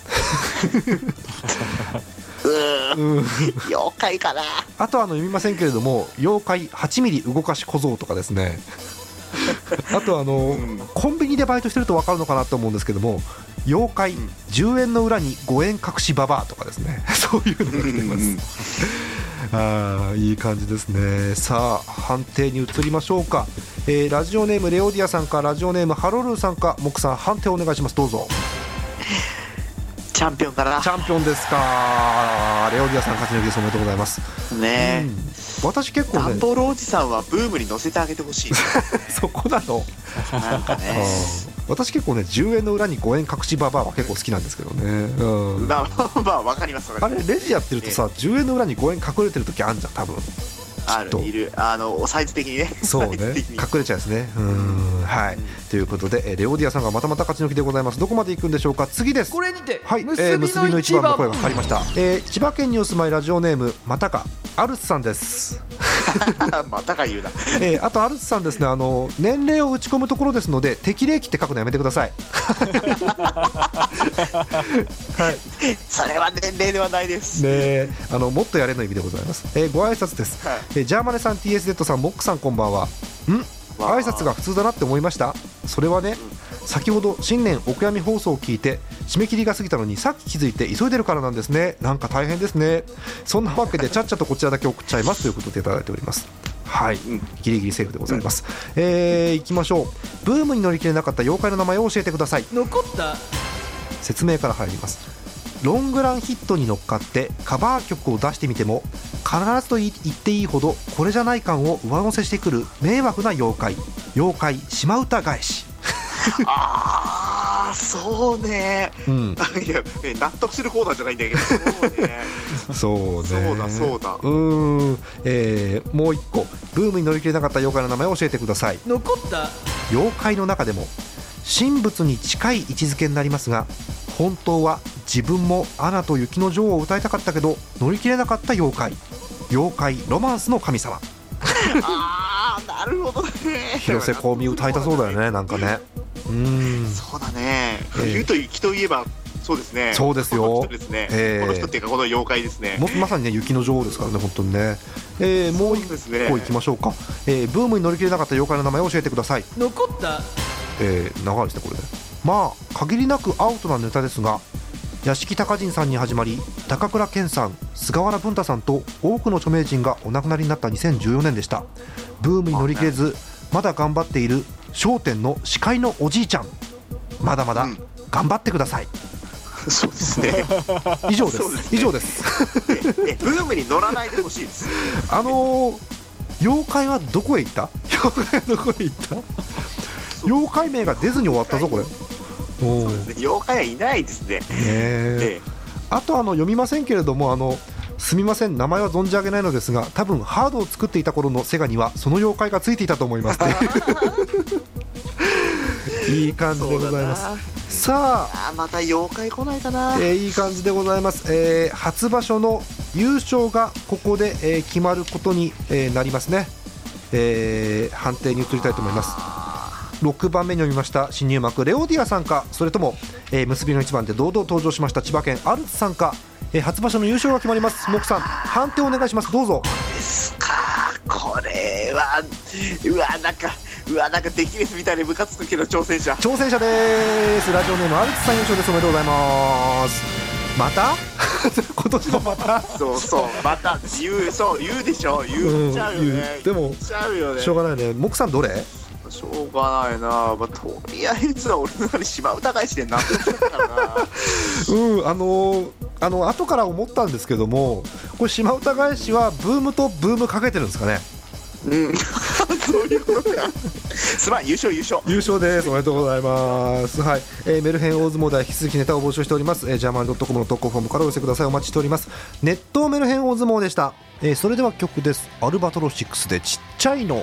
[SPEAKER 4] うーん妖怪かな。
[SPEAKER 1] あとはあの読みませんけれども、妖怪はちミリ動かし小僧とかですねあとあの、うん、コンビニでバイトしてると分かるのかなと思うんですけども、妖怪、うん、じゅうえんの裏にごえん隠しババアとかですねそういうのが来ていますあーいい感じですね。さあ判定に移りましょうか、えー、ラジオネームレオディアさんかラジオネームハロルーさんか、木さん判定お願いします。どうぞ。
[SPEAKER 4] チャンピオンかな。
[SPEAKER 1] チャンピオンですか。レオディアさん勝ち抜きです。おめでとうございます
[SPEAKER 4] ね、
[SPEAKER 1] うん、私結構ね、
[SPEAKER 4] ダンボールおじさんはブームに乗せてあげてほしい
[SPEAKER 1] そこなの
[SPEAKER 4] なんかね
[SPEAKER 1] 私結構ねじゅうえんの裏にごえん隠しババアは結構好きなんですけどね、うん、
[SPEAKER 4] まあまあ分かります分かります。
[SPEAKER 1] あれレジやってるとさ、じゅうえんの裏にごえん隠れてる時あんじゃん多分。
[SPEAKER 4] あるいるあのサイズ的にね。
[SPEAKER 1] そうね隠れちゃうんですね。うーん、はい、うん、ということでレオディアさんがまたまた勝ち抜きでございます。どこまで行くんでしょうか。次です。
[SPEAKER 5] これにて、
[SPEAKER 1] はい、結びの、えー、結びの一番の声がかかりました、えー、千葉県にお住まいラジオネームまたかアルツさんです
[SPEAKER 4] またか言うな、
[SPEAKER 1] えー、あとアルツさんですね、あの年齢を打ち込むところですので適齢期って書くのやめてくださいはい、
[SPEAKER 4] それは年齢ではないです
[SPEAKER 1] ね。あのもっとやれの意味でございます、えー、ご挨拶です、はい、えー、ジャーマネさん ティーエスゼット さんモックさんこんばんは。ん挨拶が普通だなって思いました。それはね、うん、先ほど新年お悔やみ放送を聞いて締め切りが過ぎたのにさっき気づいて急いでるからなんですね。なんか大変ですね。そんなわけでちゃっちゃとこちらだけ送っちゃいますということでいただいております。はい、うん、ギリギリセーフでございます、うん、えー、いきましょう。ブームに乗り切れなかった妖怪の名前を教えてください。
[SPEAKER 5] 残った
[SPEAKER 1] 説明から入ります。ロングランヒットに乗っかってカバー曲を出してみても必ずと言っていいほどこれじゃない感を上乗せしてくる迷惑な妖怪、妖怪島唄返し
[SPEAKER 4] あーそうね、うん、いや納得するコーナーじゃないんだけどそうね
[SPEAKER 1] そうね
[SPEAKER 4] そうだそうだ
[SPEAKER 1] うーん、えー、もう一個ブームに乗り切れなかった妖怪の名前を教えてください。
[SPEAKER 5] 残った
[SPEAKER 1] 妖怪の中でも神仏に近い位置づけになりますが本当は自分もアナと雪の女王を歌いたかったけど乗り切れなかった妖怪、妖怪ロマンスの神様
[SPEAKER 4] あーなるほどね。
[SPEAKER 1] 広瀬香美歌いたそうだよね。なんかね、うーん
[SPEAKER 4] そうだね、えー、冬と雪といえばそうですね。
[SPEAKER 1] そうですよ。
[SPEAKER 4] この人ですね、えー、この人っていうかこの妖怪ですね。
[SPEAKER 1] もまさにね雪の女王ですからね本当にね、えー、もう一個いきましょうか、えー、ブームに乗り切れなかった妖怪の名前を教えてください。
[SPEAKER 5] 残った
[SPEAKER 1] えー、長いですねこれね。まあ限りなくアウトなネタですが屋敷隆人さんに始まり高倉健さん、菅原文太さんと多くの著名人がお亡くなりになったにせんじゅうよねんでした。ブームに乗り切れずまだ頑張っている笑点の司会のおじいちゃん、まだまだ頑張ってください、
[SPEAKER 4] うん、そうですね
[SPEAKER 1] 以上です、
[SPEAKER 4] そうですね、
[SPEAKER 1] 以上です
[SPEAKER 4] ええブームに乗らないでほしいです。
[SPEAKER 1] あのー、妖怪はどこへ行った？妖怪はどこへ行った？妖怪名が出ずに終わったぞこれ。
[SPEAKER 4] そうですね、妖怪はいないですね。ね
[SPEAKER 1] えあとあの読みませんけれども、あのすみません名前は存じ上げないのですが多分ハードを作っていた頃のセガにはその妖怪がついていたと思いますいい感じでございます。さあ、
[SPEAKER 4] あまた妖怪来ないかな、
[SPEAKER 1] えー、いい感じでございます、えー、初場所の優勝がここで、えー、決まることに、えー、なりますね、えー、判定に移りたいと思います。ろくばんめに読みました新入幕レオディアさんか、それとも、えー、結びの一番で堂々登場しました千葉県アルツさんか、えー、初場所の優勝が決まります。モクさん判定お願いします。どうぞ。
[SPEAKER 4] ですか、これはうわなんかうわなんかできレスみたいにムカつくけど挑戦者
[SPEAKER 1] 挑戦者です。ラジオネームアルツさん優勝です。おめでとうございます。 また今年もまた
[SPEAKER 4] そうそうまた言うそう言うでしょ言っちゃうよね、
[SPEAKER 1] うん、でも
[SPEAKER 4] 言っちゃうよね
[SPEAKER 1] しょうがないね。モクさんどれ？
[SPEAKER 4] しょうがないな、まあ、とりあえずは俺の中で島唄返しで何とかからな
[SPEAKER 1] うんあのー、あの後から思ったんですけども、これ島唄返しはブームとブームかけてるんですかね。
[SPEAKER 4] うんそういうことかすまん優勝優勝
[SPEAKER 1] 優勝です。おめでとうございます。はい、えー、メルヘン大相撲では引き続きネタを募集しております。えー、ジャーマンドットコムの投稿フォームからお寄せください。お待ちしております。熱湯メルヘン大相撲でした。えー、それでは曲です。アルバトロシックスでちっちゃいの。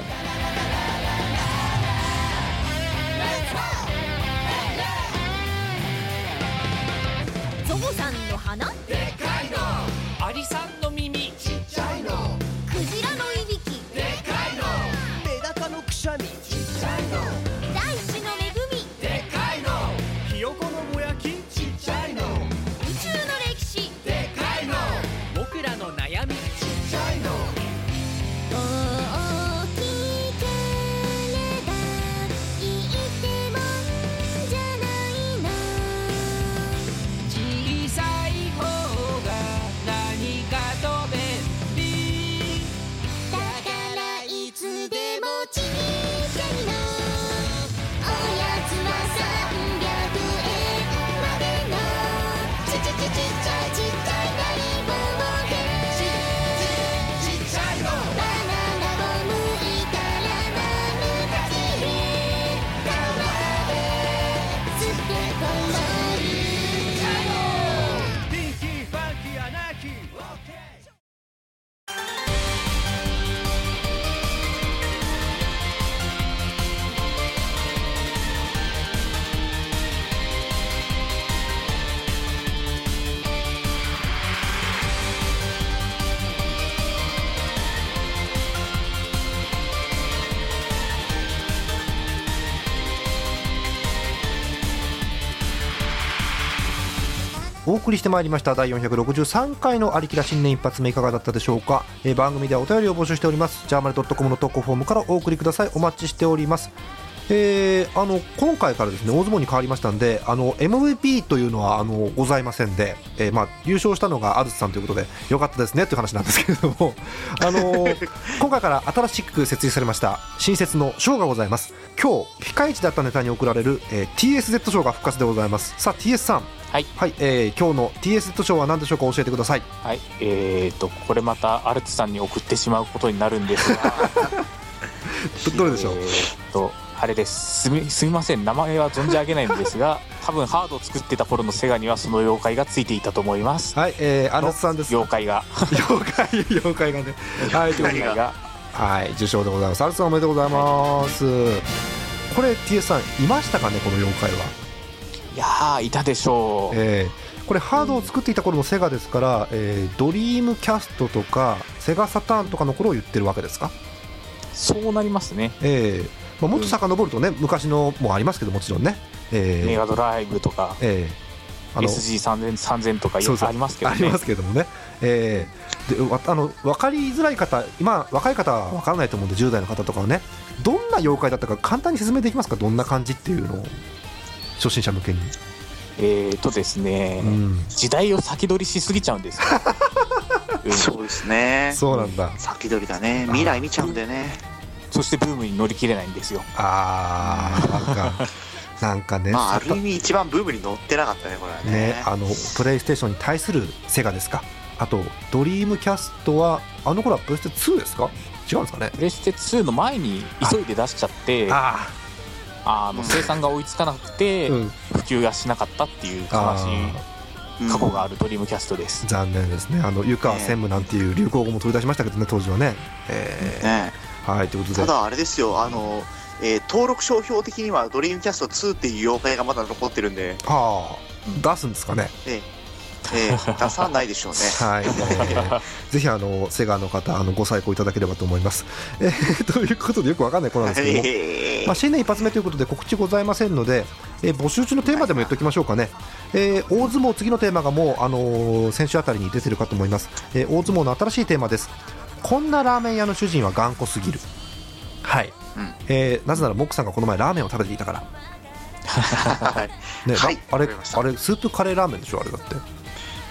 [SPEAKER 8] ゾウさんの鼻
[SPEAKER 7] でかいの。
[SPEAKER 3] アリさんの耳
[SPEAKER 7] ちっちゃいの。
[SPEAKER 8] クジラのいびき
[SPEAKER 7] でかいの。
[SPEAKER 9] メダカのくしゃみ
[SPEAKER 7] ちっちゃいの。
[SPEAKER 8] 大地の恵み
[SPEAKER 7] でかいの。
[SPEAKER 9] ひよこのぼやき
[SPEAKER 7] ちっちゃいの。
[SPEAKER 8] 宇宙の歴史
[SPEAKER 7] でかいの。
[SPEAKER 9] 僕らの悩み
[SPEAKER 7] ちっちゃいの。
[SPEAKER 6] 大きければいいってもんじゃないの。
[SPEAKER 9] 小さい方が何かと便利
[SPEAKER 6] だからいつでもちっちゃいの。おやつはさんびゃくえんまでのちちちちっちゃいちっちゃい大冒険。
[SPEAKER 7] ちっちゃいの。
[SPEAKER 6] バナナを剥いたらマムたちへ川へ捨て込もう。
[SPEAKER 9] ピンキーファンキーアナーキー
[SPEAKER 1] お送りしてまいりましただいよんひゃくろくじゅうさんかいのありきら新年一発目いかがだったでしょうか。えー、番組ではお便りを募集しております。ジャーマネドットコムの投稿フォームからお送りください。お待ちしております。えー、あの今回からですね大相撲に変わりましたんで、あの エムブイピー というのはあのございませんで、えーまあ、優勝したのがアルスさんということでよかったですねという話なんですけれどもあの今回から新しく設立されました新設の賞がございます。今日ピカイチだったネタに贈られる、えー、ティーエスゼット 賞が復活でございます。さあ ティーエス さん、
[SPEAKER 3] はい、
[SPEAKER 1] はい、えー、今日の ティーエスゼット 賞は何でしょうか。教えてください。
[SPEAKER 3] はい、えーとこれまたアルツさんに送ってしまうことになるんですが
[SPEAKER 1] ど, どれでしょう。
[SPEAKER 3] えーとあれです。すみ、すみません、名前は存じ上げないんですが多分ハードを作ってた頃のセガにはその妖怪がついていたと思います。
[SPEAKER 1] はい、えー、アルツさんです。
[SPEAKER 3] 妖怪が
[SPEAKER 1] 妖怪妖怪がねはいということでがはい受賞でございます。アルツさんおめでとうございます。これ ティーエス さんいましたかねこの妖怪は。
[SPEAKER 3] いやーいたでしょう。
[SPEAKER 1] えー、これハードを作っていた頃のセガですから、えー、ドリームキャストとかセガサターンとかの頃を言ってるわけですか。
[SPEAKER 3] そうなりますね。
[SPEAKER 1] えーまあ、もっと遡るとね、うん、昔のもありますけどもちろんね、えー、
[SPEAKER 3] メガドライブとか、えー、あの エスジーさんぜん さんぜんとかいろいろありますけどね。
[SPEAKER 1] ありますけどもね、えー、であの分かりづらい方今若い方は分からないと思うんでじゅう代の方とかはねどんな妖怪だったか簡単に説明できますか。どんな感じっていうのを初心者向けに。
[SPEAKER 3] えーとですね、うん、時代を先取りしすぎちゃうんですよ、
[SPEAKER 4] うん、そうですね。
[SPEAKER 1] そうなんだ。
[SPEAKER 4] 先取りだね。未来見ちゃうんだよね。
[SPEAKER 3] そしてブームに乗り切れないんですよ。
[SPEAKER 1] あーなんかなんかね、
[SPEAKER 4] まあ、ある意味一番ブームに乗ってなかったねこれはね。
[SPEAKER 1] ね、あのプレイステーションに対するセガですか。あとドリームキャストはあの頃はプレステツーですか。違うんですかね。
[SPEAKER 3] プレステツーの前に急いで出しちゃってああの生産が追いつかなくて、うん、普及がしなかったっていう悲しい過去があるドリームキャストです。
[SPEAKER 1] 残念ですね。あの湯川専務なんていう流行語も取り出しましたけどね当時はね。えーねはい、ということで
[SPEAKER 4] ただあれですよあの、えー、登録商標的にはドリームキャストツーっていう妖怪がまだ残ってるんで、
[SPEAKER 1] はあ、出すんですかね。
[SPEAKER 4] えーえー、出さないでしょうね
[SPEAKER 1] はい、えー、ぜひあのセガの方あのご採考いただければと思います、えー、ということでよくわかんない子なんですけども、えーまあ、新年一発目ということで告知ございませんので、えー、募集中のテーマでも言っておきましょうかね、えー、大相撲次のテーマがもう、あのー、先週あたりに出てるかと思います、えー、大相撲の新しいテーマです。こんなラーメン屋の主人は頑固すぎる。はい、うんえー、なぜならモックさんがこの前ラーメンを食べていたからね、はい、あれあれスープカレーラーメンでしょあれだって。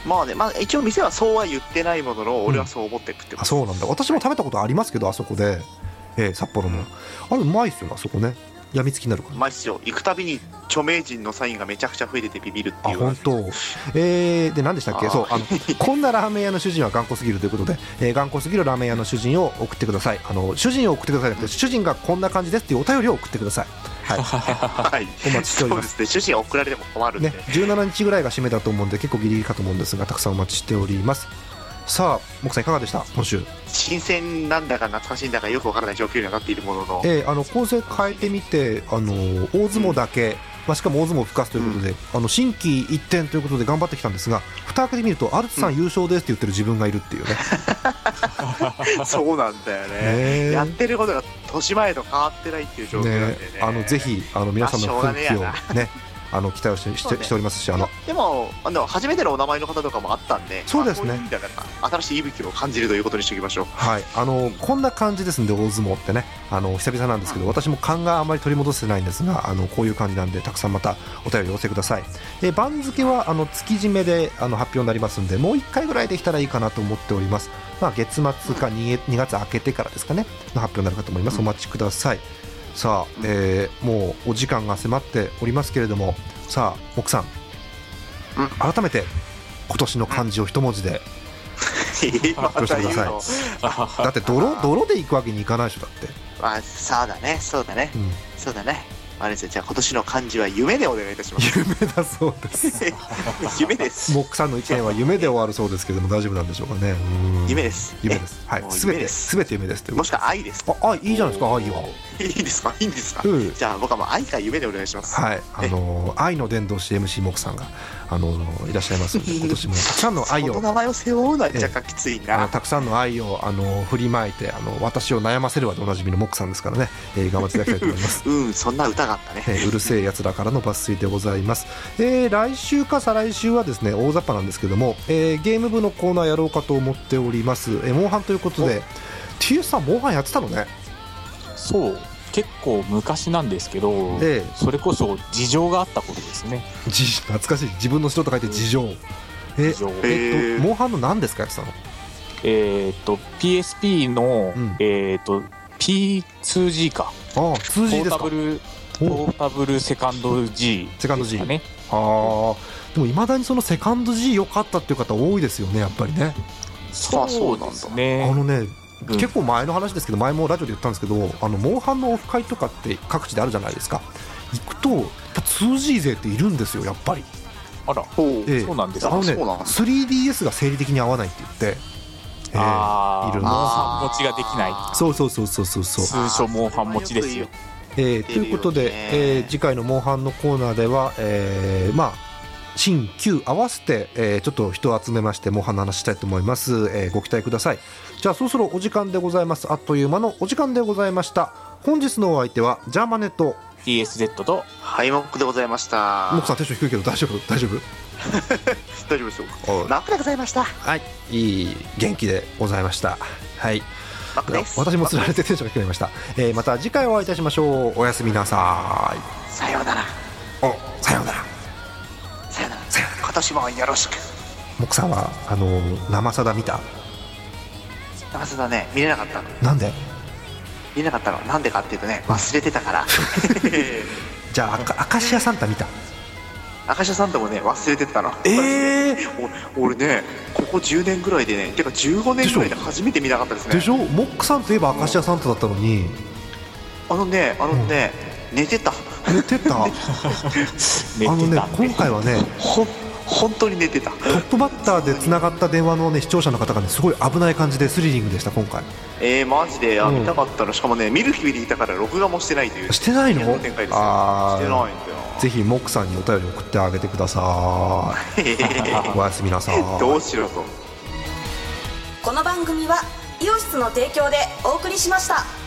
[SPEAKER 4] まあね、まあ、一応店はそうは言ってないものの、俺はそう思って食ってます、
[SPEAKER 1] うん、あ、そうなんだ。私も食べたことありますけど、あそこで、えー、札幌のあれうまいっすよね、あそこね。やみつきになるから。
[SPEAKER 4] うまいっすよ。行くたびに著名人のサインがめちゃくちゃ増えててビビるっていう。
[SPEAKER 1] あ、本当。えー、で何でしたっけ。そう、あのこんなラーメン屋の主人は頑固すぎるということで、えー、頑固すぎるラーメン屋の主人を送ってください。あの主人を送ってくださいじゃなくて、主人がこんな感じですっていうお便りを送ってください。はい、
[SPEAKER 4] はい、
[SPEAKER 1] お待ちしております。
[SPEAKER 4] そうですね、主人送られても困るんで、ね、
[SPEAKER 1] じゅうしちにちぐらいが締めだと思うんで結構ギリギリかと思うんですが、たくさんお待ちしております。さあ、木さんいかがでした今週。
[SPEAKER 4] 新鮮なんだか懐かしいんだかよくわからない状況にはなっているものの、
[SPEAKER 1] えー、あの構成変えてみて、あの大相撲だけ、うん、まあ、しかも大相撲を復活ということで、うん、あの新規一点ということで頑張ってきたんですが、蓋開けてみるとアルツさん優勝ですって言ってる自分がいるっていうね、
[SPEAKER 4] うん、そうなんだよ ね, ねやってることが年前と変わってないっていう状況なんで ね, ね
[SPEAKER 1] あのぜひあの皆さんの奮起をねあの期待をして、して、ね、しておりますし、あの
[SPEAKER 4] でもあの初めてのお名前の方とかもあったんで、
[SPEAKER 1] そうですね、
[SPEAKER 4] 新しい息吹を感じるということにしておきましょう。
[SPEAKER 1] はい、あのこんな感じですんで、大相撲ってね、あの久々なんですけど、私も勘があまり取り戻せてないんですが、あのこういう感じなんで、たくさんまたお便りお寄せください。え番付はあの月締めであの発表になりますんで、もういっかいぐらいできたらいいかなと思っております。まあ、月末か 2, にがつ明けてからですかねの発表になるかと思います。お待ちください。さあ、えー、もうお時間が迫っておりますけれども、さあ奥さん、
[SPEAKER 4] うん、
[SPEAKER 1] 改めて今年の漢字を一文字で発表してください。だって泥泥で行くわけにいかないでしょ。だって、
[SPEAKER 4] まあ、そうだねそうだね、うん、そうだね。あれですよ、じゃあ今年の漢字は夢でお願いいたします。
[SPEAKER 1] 夢だそうです
[SPEAKER 4] 夢です。
[SPEAKER 1] モックさんのいちねんは夢で終わるそうですけども、大丈夫なんでしょうかね。うん、
[SPEAKER 4] 夢です。
[SPEAKER 1] 夢です。はい、すべてすべて夢ですという。
[SPEAKER 4] もしくは愛です。
[SPEAKER 1] あ、愛いいじゃないですか。愛はい
[SPEAKER 4] いですかいいんですか、
[SPEAKER 1] うん、
[SPEAKER 4] じゃあ僕はもう愛か夢でお願いします。
[SPEAKER 1] はい、あのー、愛の伝道師 エムシー モクさんが、あのー、いらっしゃいますので、今年もたくさんの愛を
[SPEAKER 4] その名前を背負うのは若干きついな。
[SPEAKER 1] あのたくさんの愛を、あのー、振りまいて、あの私を悩ませるわでおなじみのモクさんですからね、えー、頑張っていただきたいと思います
[SPEAKER 4] うんそんな歌があったね、
[SPEAKER 1] えー、うるせえやつらからの抜粋でございます。えー、来週か再来週はですね大雑把なんですけども、えー、ゲーム部のコーナーやろうかと思っております。えー、モンハンということで、 ティーエス さんモンハンやってたのね。
[SPEAKER 3] そう結構昔なんですけど、ええ、それこそ事情があったことですね。
[SPEAKER 1] じ懐かしい。自分の城と書いて事情。え
[SPEAKER 3] 事情
[SPEAKER 1] えっとモンハンの何ですかやってたの。
[SPEAKER 3] えー、っと ピーエスピー の、うん、えー、っと ピーツージー か。
[SPEAKER 1] ああ ツージー ですか。
[SPEAKER 3] ポータブルポータブルセカンド G
[SPEAKER 1] セカンド G
[SPEAKER 3] ね。
[SPEAKER 1] ああでもいまだにそのセカンド G 良かったっていう方多いですよね、やっぱりね。
[SPEAKER 3] そうですね。
[SPEAKER 1] あのねうん、結構前の話ですけど、前もラジオで言ったんですけど、あのモンハンのオフ会とかって各地であるじゃないですか。行くとやっぱ ツージー 勢っているんですよ、やっぱり。
[SPEAKER 3] あら、ええ、そうなんですか。
[SPEAKER 1] あのね スリーディーエス が生理的に合わないって言って、
[SPEAKER 3] えー、あいるんです。モンハン持ちができない。
[SPEAKER 1] そうそうそうそうそうそう、
[SPEAKER 3] 通称モンハン持ちですよ。
[SPEAKER 1] えー、ということで、えー、次回のモンハンのコーナーでは、えー、まあ新旧合わせて、えー、ちょっと人を集めましてモンハンの話したいと思います。えー、ご期待ください。じゃあそろそろお時間でございます。あっという間のお時間でございました。本日のお相手はジャーマネと
[SPEAKER 3] ティーエスゼット と
[SPEAKER 4] ハイモックでございました。
[SPEAKER 1] モックさんテンション低いけど大丈夫大丈夫
[SPEAKER 4] 大丈夫でしょうか。マックでございました。
[SPEAKER 1] はい、いい元気でございました。はい、
[SPEAKER 4] マックです。
[SPEAKER 1] 私もつられてテンションが低くなりました。えー、また次回お会いいたしましょう。おやすみなさい。
[SPEAKER 4] さようなら。
[SPEAKER 1] おさようなら。
[SPEAKER 4] さようなら。今年もよろしく。
[SPEAKER 1] モックさんはあの生サダ見た？
[SPEAKER 4] 生サダね見れなかったの。
[SPEAKER 1] なんで？
[SPEAKER 4] 見れなかったのなんでかっていうとね、忘れてたから
[SPEAKER 1] じゃあアカシアサンタ見た？
[SPEAKER 4] アカシアサンタもね忘れてたの。
[SPEAKER 1] えー、
[SPEAKER 4] 俺ねここじゅうねんぐらいでね、てかじゅうごねんぐらいで初めて見なかったですね。
[SPEAKER 1] でしょ。モックさんといえばアカシアサンタだったのに、
[SPEAKER 4] あのねあのね、うん、寝てた
[SPEAKER 1] 寝てたあのね今回はね
[SPEAKER 4] ほ本当に寝てた。
[SPEAKER 1] トップバッターでつながった電話の、ね、視聴者の方がねすごい危ない感じでスリリングでした今回。
[SPEAKER 4] えー、マジで、あ、見たかったの。しかもね見る日々でいたから録画もしてないという。
[SPEAKER 1] してないの？
[SPEAKER 4] あしてないんだよ。
[SPEAKER 1] ぜひモックさんにお便り送ってあげてくださいおやすみなさい。
[SPEAKER 4] どうしろと。
[SPEAKER 2] この番組はイオシスの提供でお送りしました。